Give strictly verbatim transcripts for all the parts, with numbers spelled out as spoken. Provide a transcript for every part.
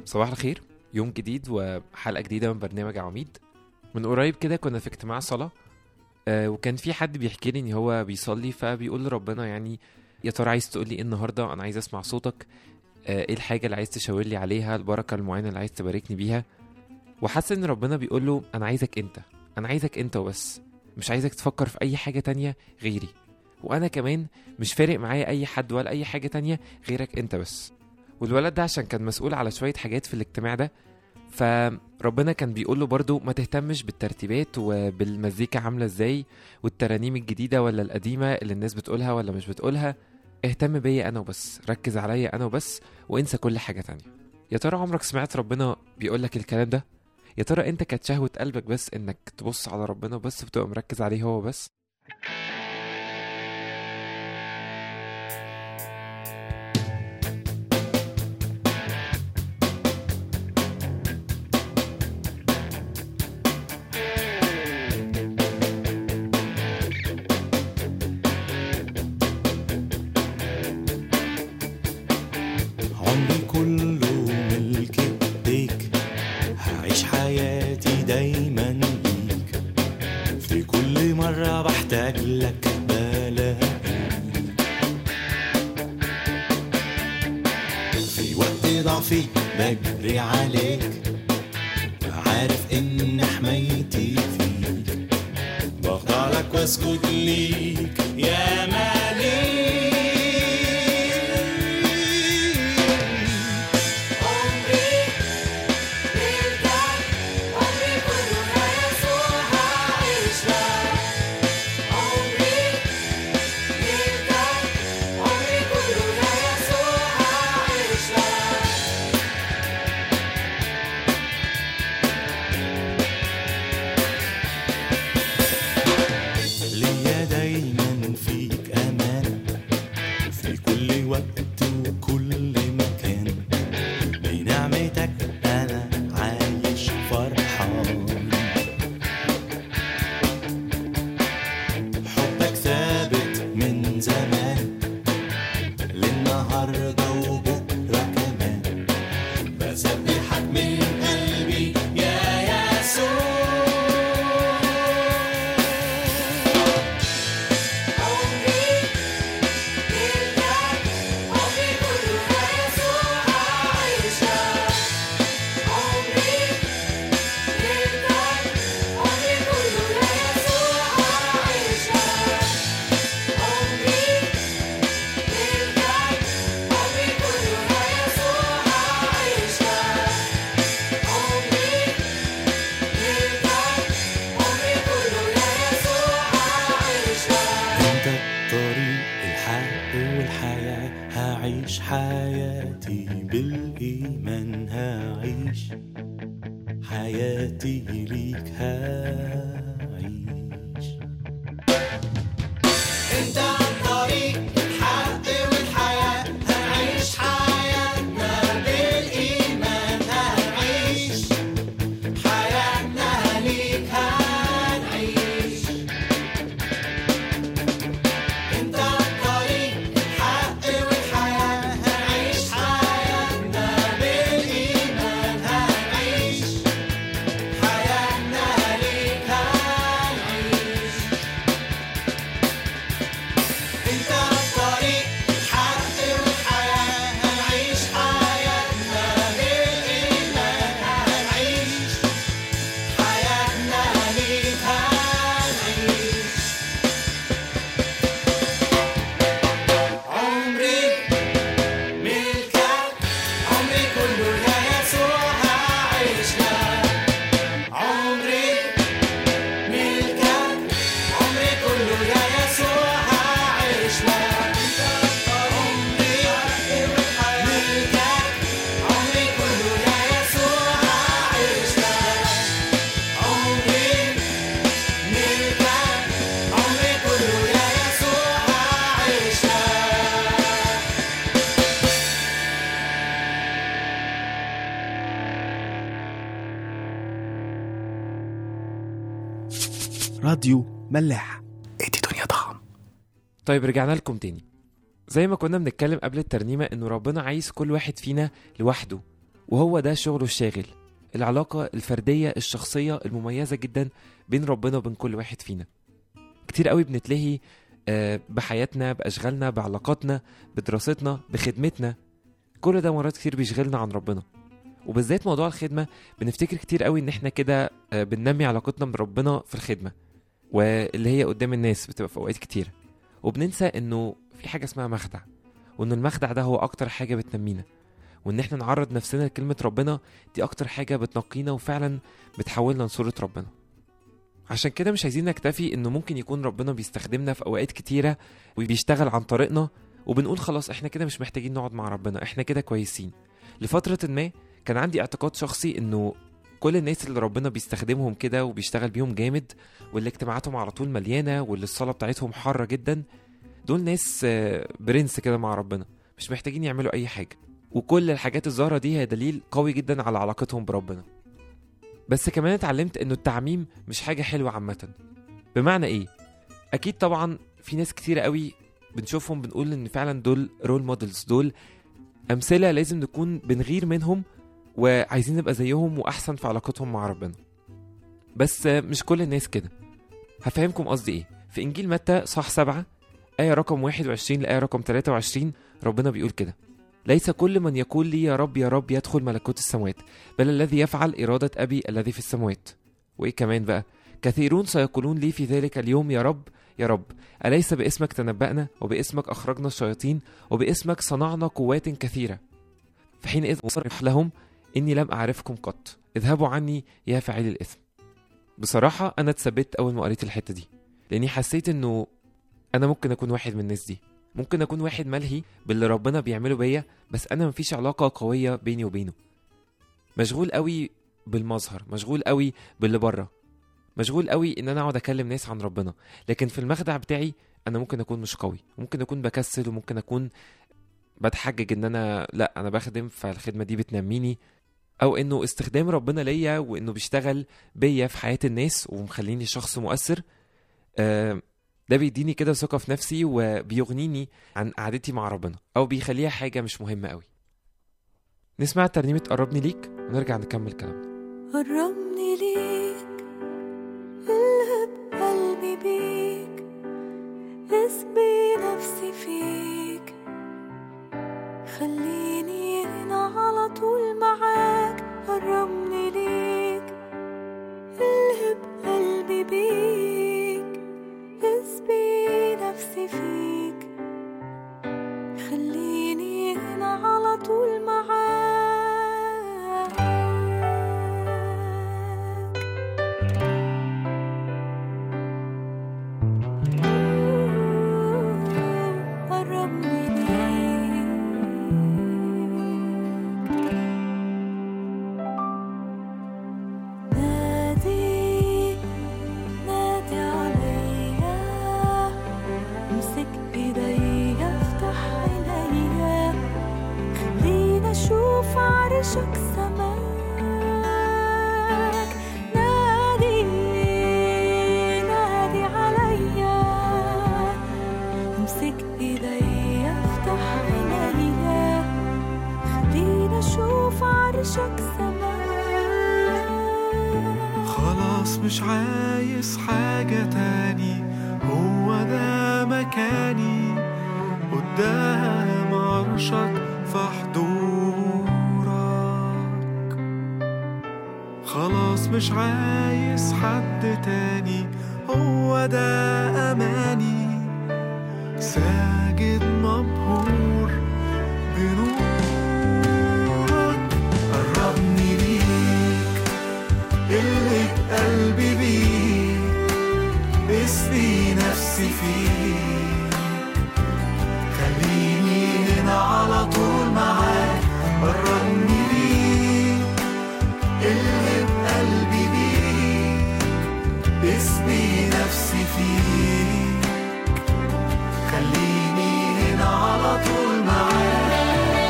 صباح الخير، يوم جديد وحلقة جديدة من برنامج عواميد. من قريب كده كنا في اجتماع صلاة، آه وكان في حد بيحكي لي ان هو بيصلي، فبيقول لربنا يعني يا ترى عايز تقول لي ايه النهارده؟ انا عايز اسمع صوتك. آه ايه الحاجة اللي عايز تشاور لي عليها؟ البركة المعينة اللي عايز تباركني بيها؟ وحاسس ان ربنا بيقول له انا عايزك انت، انا عايزك انت وبس، مش عايزك تفكر في اي حاجة تانية غيري، وانا كمان مش فارق معايا اي حد ولا اي حاجة تانية غيرك انت بس. والولد ده عشان كان مسؤول على شوية حاجات في الاجتماع ده، فربنا كان بيقول له برضو ما تهتمش بالترتيبات وبالمزيكا عاملة ازاي والترانيم الجديدة ولا القديمة اللي الناس بتقولها ولا مش بتقولها. اهتم بيا انا وبس، ركز عليا انا وبس، وانسى كل حاجة تانية. يا ترى عمرك سمعت ربنا بيقولك الكلام ده؟ يا ترى انت كانت شهوة قلبك بس انك تبص على ربنا بس وتبقى مركز عليه هو بس؟ عمري كله ملك ايديك، هعيش حياتي دايما ليك، في كل مرة بحتاج لك بلاقيك، في وقت ضعفي بجري عليك، عارف ان حمايتي فيك، بخضع لك واسجد ليك يا مالك. ليا دايما فيك أمان، في كل وقت وكل مكان، بنعمتك أنا عايش فرحان، حبك ثابت من زمان للنهاردة وبكرة كمان، بسبحك من قلبي يا يسوع. انت الطريق الحق والحياة، هعيش حياتي بالإيمان، هعيش حياتي ليك هعيش. انت الطريق الحق والحياة، هنعيش حياتنا بالإيمان، هنعيش حياتنا ليك هنعيش. انت الطريق الحق والحياة، هنعيش حياتنا بالإيمان، هنعيش حياتنا ليك هنعيش. انت الطريق الحق والحياة، هنعيش حياتنا بالإيمان، هنعيش حياتنا ليك هنعيش. عمري ملكك، عمري كله يا يسوع هعيش لك. عمري ملكك، عمري كله يا يسوع هعيش لك. عمري ملكك، عمري كله يا يسوع هعيش لك. عمري ملكك، عمري كله يا يسوع هعيش لك. راديو ملاح، ادي دنيا طعم. طيب رجعنا لكم تاني. زي ما كنا بنتكلم قبل الترنيمة انه ربنا عايز كل واحد فينا لوحده، وهو ده شغله الشاغل، العلاقة الفردية الشخصية المميزة جدا بين ربنا وبين كل واحد فينا. كتير قوي بنتلهي بحياتنا، بأشغالنا، بعلاقاتنا، بدراستنا، بخدمتنا. كل ده مرات كتير بيشغلنا عن ربنا، وبالذات موضوع الخدمة بنفتكر كتير قوي ان احنا كده بننمي علاقتنا بربنا في الخدمة، واللي هي قدام الناس بتبقى في اوقات كتيرة، وبننسى انه في حاجة اسمها مخدع، وان المخدع ده هو اكتر حاجة بتنمينا، وان احنا نعرض نفسنا لكلمة ربنا دي اكتر حاجة بتنقينا وفعلا بتحولنا لصورة ربنا. عشان كده مش عايزين نكتفي انه ممكن يكون ربنا بيستخدمنا في اوقات كتيرة وبيشتغل عن طريقنا وبنقول خلاص احنا كده مش محتاجين نقعد مع ربنا، احنا كده كويسين. لفترة ما كان عندي اعتقاد شخصي انه كل الناس اللي ربنا بيستخدمهم كده وبيشتغل بيهم جامد، واللي اجتماعاتهم على طول مليانة، واللي الصلاة بتاعتهم حارة جدا، دول ناس برنس كده مع ربنا، مش محتاجين يعملوا اي حاجة. وكل الحاجات الظاهرة دي هي دليل قوي جدا على علاقتهم بربنا. بس كمان اتعلمت انه التعميم مش حاجة حلوة عامة. بمعنى ايه؟ اكيد طبعا في ناس كتير قوي بنشوفهم بنقول ان فعلا دول رول مودلز، دول امثلة لازم نكون بنغير منهم وعايزين نبقى زيهم واحسن في علاقتهم مع ربنا. بس مش كل الناس كده. هفهمكم قصدي ايه. في انجيل متى صح سبعة آية رقم واحد وعشرين لآية رقم ثلاثة وعشرين ربنا بيقول كده: ليس كل من يقول لي يا رب يا رب يدخل ملكوت السماوات، بل الذي يفعل إرادة أبي الذي في السماوات. وإيه كمان بقى؟ كثيرون سيقولون لي في ذلك اليوم يا رب يا رب أليس باسمك تنبأنا، وباسمك أخرجنا الشياطين، وباسمك صنعنا قوات كثيرة؟ فحينئذ أصرح لهم إني لم أعرفكم قط، اذهبوا عني يا فاعلي الإثم. بصراحة أنا اتثبت أول ما قريت الحتة دي، لأني حسيت إنه أنا ممكن أكون واحد من الناس دي، ممكن أكون واحد ملهي باللي ربنا بيعمله بيا، بس أنا مفيش علاقة قوية بيني وبينه. مشغول قوي بالمظهر، مشغول قوي باللي بره، مشغول قوي إن أنا أقعد أكلم ناس عن ربنا، لكن في المخدع بتاعي أنا ممكن أكون مش قوي، ممكن أكون بكسل، وممكن أكون بتحجج إن أنا لا أنا بخدم فالخدمة دي بتنميني، أو إنه استخدام ربنا ليا وإنه بيشتغل بيا في حياة الناس ومخليني شخص مؤثر. آه ده بيديني كده ثقة في نفسي وبيغنيني عن قعدتي مع ربنا، أو بيخليها حاجة مش مهمة قوي. نسمع ترنيمة قربني ليك ونرجع نكمل كلامنا. قربني ليك، الهب قلبي بيك، اسبي نفسي فيك، خليني هنا على طول معاك. قربني ليك، الهب قلبي بيك، اسبي نفسي فيك، خليني هنا على طول معاك. قربني ليك، نادي نادي عليا، امسك ايديا، افتح عينيا، خلينا اشوف عرشك سماك. نادي نادي عليا، امسك ايديا، افتح عينيا، خلينا اشوف عرشك سماك. خلاص مش عايز حاجة تاني، هو ده مكاني قدام عرشك في حضورك. خلاص مش عايز حد تاني، هو ده أماني، ساجد مبهور بنورك. قربني ليك، اللي قلبي بيك، اسقي نفسي فيك، خليني هنا على طول معاك. قربني ليك، اللي قلبي بيك، اسقي نفسي فيك، خليني هنا على طول معاك.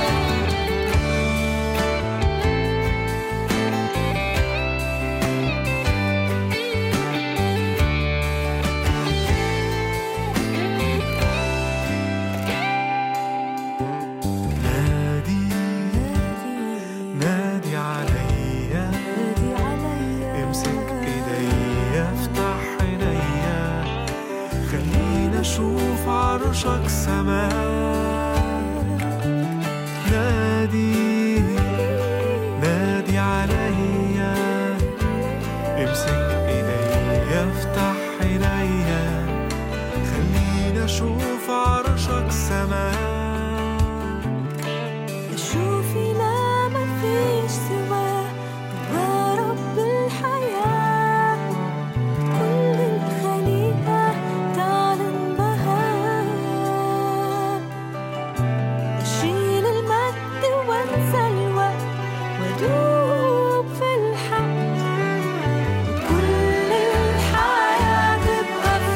عرشك سماك. نادي نادي عليا، امسك ايديا افتح عينيا، خلينا اشوف عرشك سماك. أشوف لا ما فيش سواه، هو رب الحياة، كل الخليقة تعلن بهاء. أشيل المجد وانسى الوقت وادوب في الحق، كل الحياة تبقى في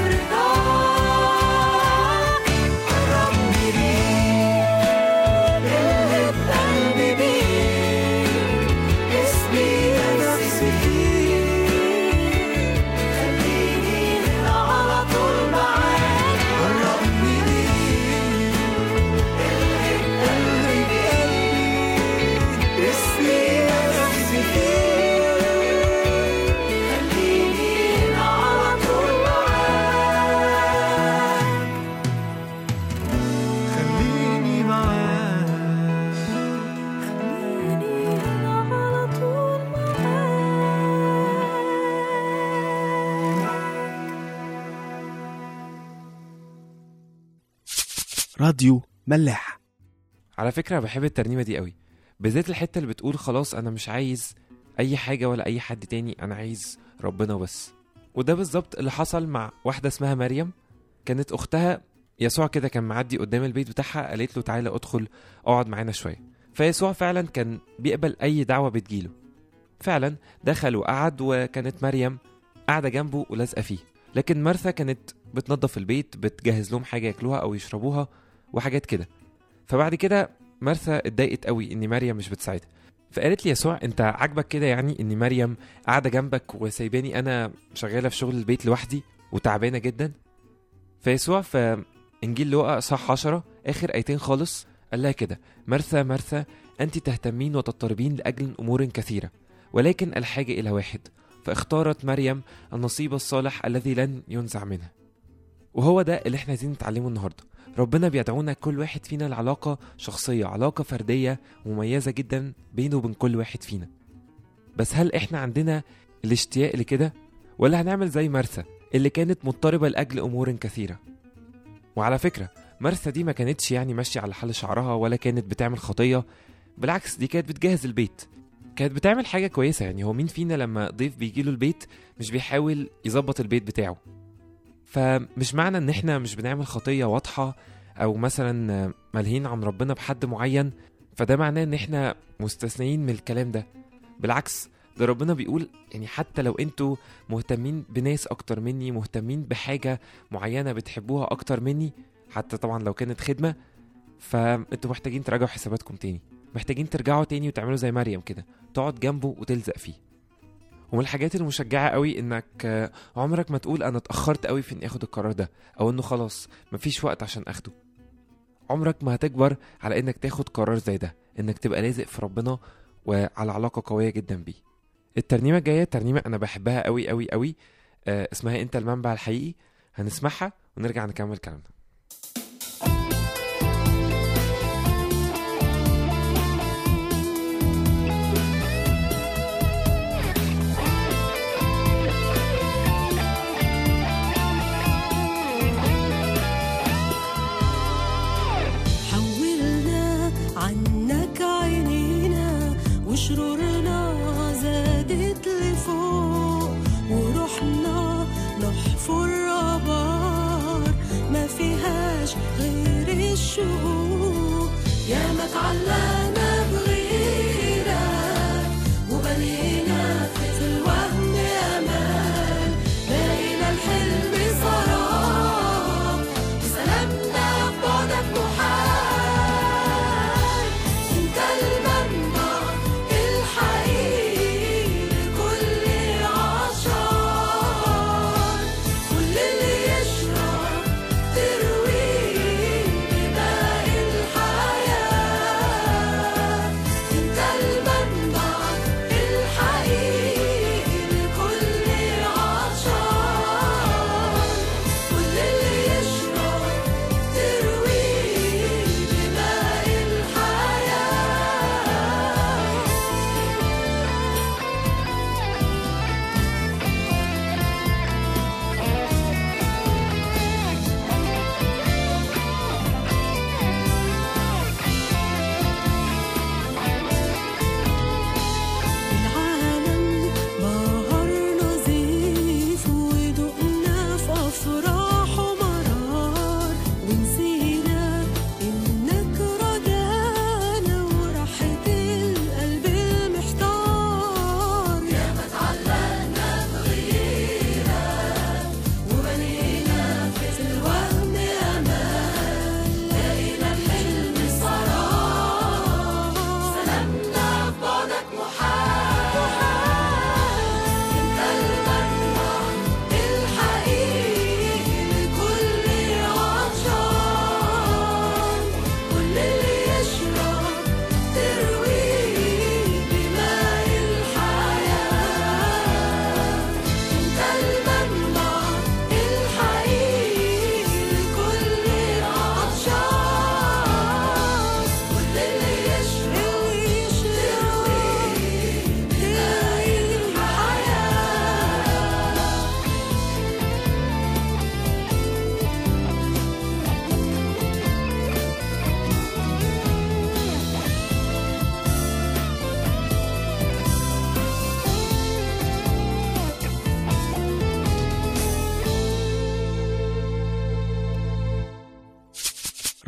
رضاك. قربني ليك، قلب قلبي بيك، اسمي نفسي فيك، خليني هنا على طول معاك. قربني ليك، قلب قلبي بيك، اسمي نفسي فيك، خليني هنا على طول معاك. خليني معاك. خليني هنا على طول معاك. راديو ملاح. على فكرة بحب الترنيمة دي قوي، بالذات الحتة اللي بتقول خلاص أنا مش عايز أي حاجة ولا أي حد تاني، أنا عايز ربنا بس. وده بالظبط اللي حصل مع واحدة اسمها مريم، كانت أختها يسوع كده كان معدي قدام البيت بتاعها، قالت له تعالى أدخل أقعد معانا شوية. فيسوع فعلا كان بيقبل أي دعوة بتجيله. فعلا دخل وقعد، وكانت مريم قاعدة جنبه ولازقة فيه. لكن مرثا كانت بتنظف البيت، بتجهز لهم حاجة ياكلوها أو يشربوها وحاجات كده. فبعد كده مرثا اتضايقت قوي ان مريم مش بتساعدها، فقالت لي يسوع انت عاجبك كده يعني ان مريم قاعده جنبك وسايباني انا شغاله في شغل البيت لوحدي وتعبانه جدا؟ فيسوع في انجيل لوقا اصحاح عشرة اخر ايتين خالص قال لها كده: مرثا مرثا انت تهتمين وتضطربين لاجل امور كثيره، ولكن الحاجه الى واحد، فاختارت مريم النصيب الصالح الذي لن ينزع منها. وهو ده اللي احنا عايزين نتعلمه النهارده. ربنا بيدعونا كل واحد فينا لعلاقة شخصية، علاقة فردية مميزة جدا بينه وبين كل واحد فينا. بس هل احنا عندنا الاشتياق لكده، ولا هنعمل زي مرثا اللي كانت مضطربة لأجل أمور كثيرة؟ وعلى فكرة مرثا دي ما كانتش يعني ماشية على حل شعرها، ولا كانت بتعمل خطية، بالعكس دي كانت بتجهز البيت، كانت بتعمل حاجة كويسة. يعني هو مين فينا لما ضيف بيجيله البيت مش بيحاول يظبط البيت بتاعه؟ فمش معنى ان احنا مش بنعمل خطية واضحة او مثلا ملهين عن ربنا بحد معين فده معناه ان احنا مستثنين من الكلام ده. بالعكس ده ربنا بيقول يعني حتى لو انتوا مهتمين بناس اكتر مني، مهتمين بحاجة معينة بتحبوها اكتر مني، حتى طبعا لو كانت خدمة، فانتوا محتاجين تراجعوا حساباتكم تاني، محتاجين ترجعوا تاني وتعملوا زي مريم كده، تقعد جنبه وتلزق فيه. ومن الحاجات المشجعة قوي انك عمرك ما تقول انا اتأخرت قوي في اني اخد القرار ده، او انه خلاص مفيش وقت عشان اخده. عمرك ما هتكبر على انك تاخد قرار زي ده، انك تبقى لازق في ربنا وعلى علاقة قوية جدا بيه. الترنيمة الجاية ترنيمة انا بحبها قوي قوي قوي، آه اسمها انت المنبع الحقيقي، هنسمعها ونرجع نكمل كلامنا. شرورنا زادت لفوق ورحنا نحفر آبار ما فيهاش غير الشهوق. يا ما تعلقنا بغيرك وبنينا في الوهم أمان، بقينا الحلم سراب وسلامنا في بعدك محال. انت المنبع الحياة.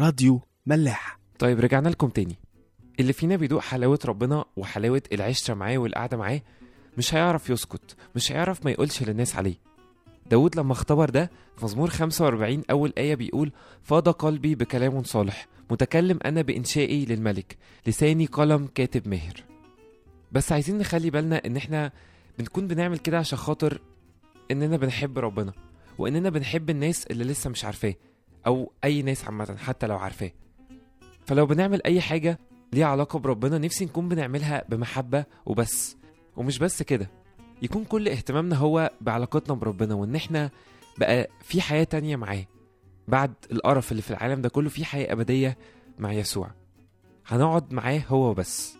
راديو ملاح. طيب رجعنا لكم تاني. اللي فينا بيدوق حلاوة ربنا وحلاوة العشرة معاه والقعدة معاه مش هيعرف يسكت، مش هيعرف ما يقولش للناس عليه. داود لما اختبر ده في مزمور خمسة وأربعين أول آية بيقول: فاض قلبي بكلام صالح، متكلم أنا بإنشائي للملك، لساني قلم كاتب ماهر. بس عايزين نخلي بالنا إن إحنا بنكون بنعمل كده عشان خاطر إننا بنحب ربنا، وإننا بنحب الناس اللي لسه مش عارفاه، أو أي ناس عامة حتى لو عارفاه. فلو بنعمل أي حاجة ليها علاقة بربنا نفسي نكون بنعملها بمحبة وبس. ومش بس كده، يكون كل اهتمامنا هو بعلاقتنا بربنا، وإن إحنا بقى في حياة تانية معاه بعد القرف اللي في العالم ده كله، في حياة أبدية مع يسوع هنقعد معاه هو بس.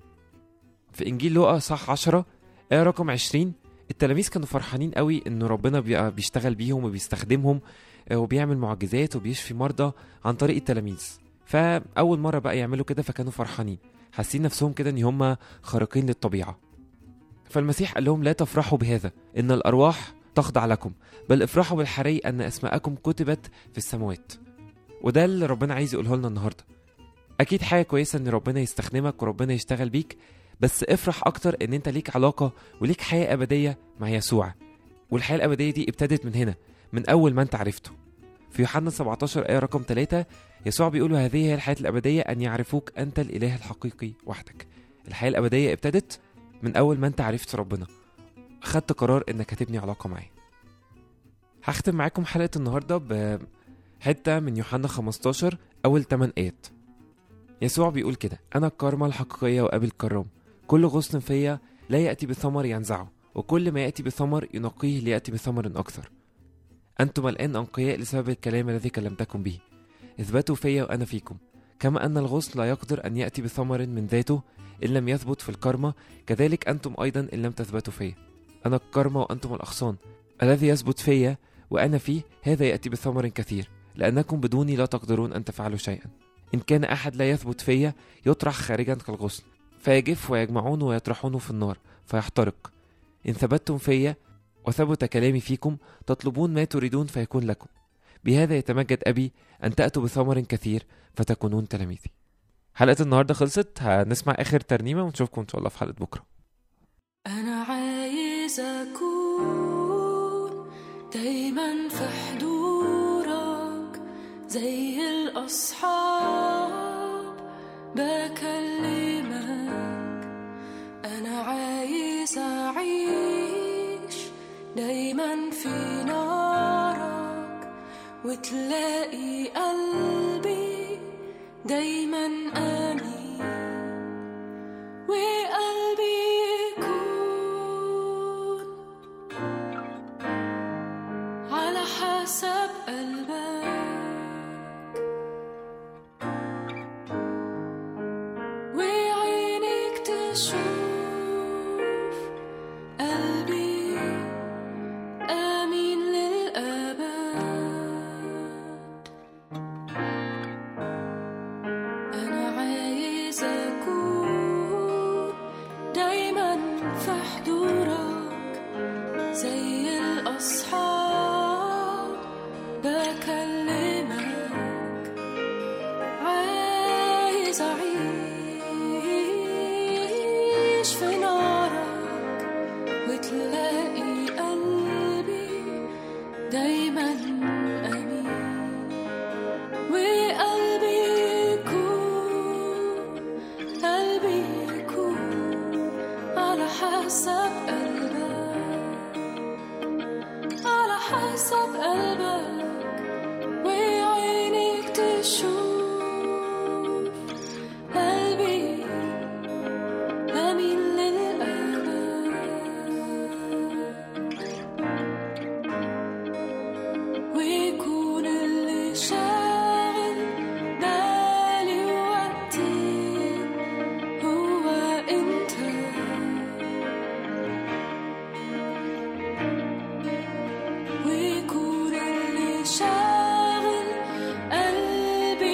في إنجيل لوقا صح عشرة آية رقم عشرين، التلاميذ كانوا فرحانين قوي إن ربنا بيشتغل بيهم وبيستخدمهم وبيعمل معجزات وبيشفي مرضى عن طريق التلاميذ. فأول مرة بقى يعملوا كده فكانوا فرحانين، حاسين نفسهم كده إن هم خارقين للطبيعة. فالمسيح قال لهم: لا تفرحوا بهذا، إن الأرواح تخضع لكم، بل افرحوا بالحري أن أسماءكم كتبت في السماوات. وده اللي ربنا عايز يقوله لنا النهاردة. أكيد حاجة كويسة إن ربنا يستخدمك وربنا يشتغل بيك، بس افرح أكتر إن أنت ليك علاقة وليك حياة أبدية مع يسوع. والحياة الأبدية دي ابتدت من هنا، من أول ما أنت عرفته. في يوحنا سبعتاشر آية رقم ثلاثة يسوع بيقول: هذه هي الحياة الأبدية، أن يعرفوك أنت الإله الحقيقي وحدك. الحياة الأبدية ابتدت من أول ما أنت عرفت ربنا، أخدت قرار إنك هتبني علاقة معاه. هختم معاكم حلقة النهاردة بحتة من يوحنا خمستاشر أول ثمانية آيات. يسوع بيقول كده: أنا الكرمة الحقيقية وأبي الكرام، كل غصن فيا لا يأتي بثمر ينزعه، وكل ما يأتي بثمر ينقيه ليأتي بثمر أكثر. أنتم الآن أنقياء لسبب الكلام الذي كلمتكم به. اثبتوا فيا وأنا فيكم، كما أن الغصن لا يقدر أن يأتي بثمر من ذاته إن لم يثبت في الكرمة، كذلك أنتم أيضا إن لم تثبتوا فيا. أنا الكرمة وأنتم الأغصان، الذي يثبت فيا وأنا فيه هذا يأتي بثمر كثير، لأنكم بدوني لا تقدرون أن تفعلوا شيئا. إن كان أحد لا يثبت فيا يطرح خارجا كالغصن، فيجف ويجمعونه ويطرحونه في النار فيحترق. إن ثبتتم فيا وثبت كلامي فيكم تطلبون ما تريدون فيكون لكم. بهذا يتمجد أبي أن تأتوا بثمر كثير فتكونون تلاميذي. حلقة النهاردة خلصت، هنسمع آخر ترنيمة ونشوفكم إن شاء الله في حلقة بكرة. أنا عايز أكون دايما في حضورك، زي الأصحاب بكلمك. أنا عايز أعيش دايما في نارك، وتلاقي قلبي دايما آمين، وقلبي يكون على حسب قلبك، وعينك تشوف قلبي آمين للأبد. أنا عايز أكون دايما في حضورك، زي الأصحاب بكلمك. عايز أعيش في نارك، وتلاقي قلبي دايما أمين، وقلبي يكون قلبي يكون على حسب قلبك، على حسب قلبك، وعينك تشوف قلبي أمين للأبد، ويكون اللي شاغل بالي وقتي هو أنت، ويكون اللي شاغل قلبي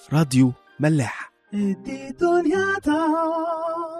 راديو ملاح. دي دنيا تا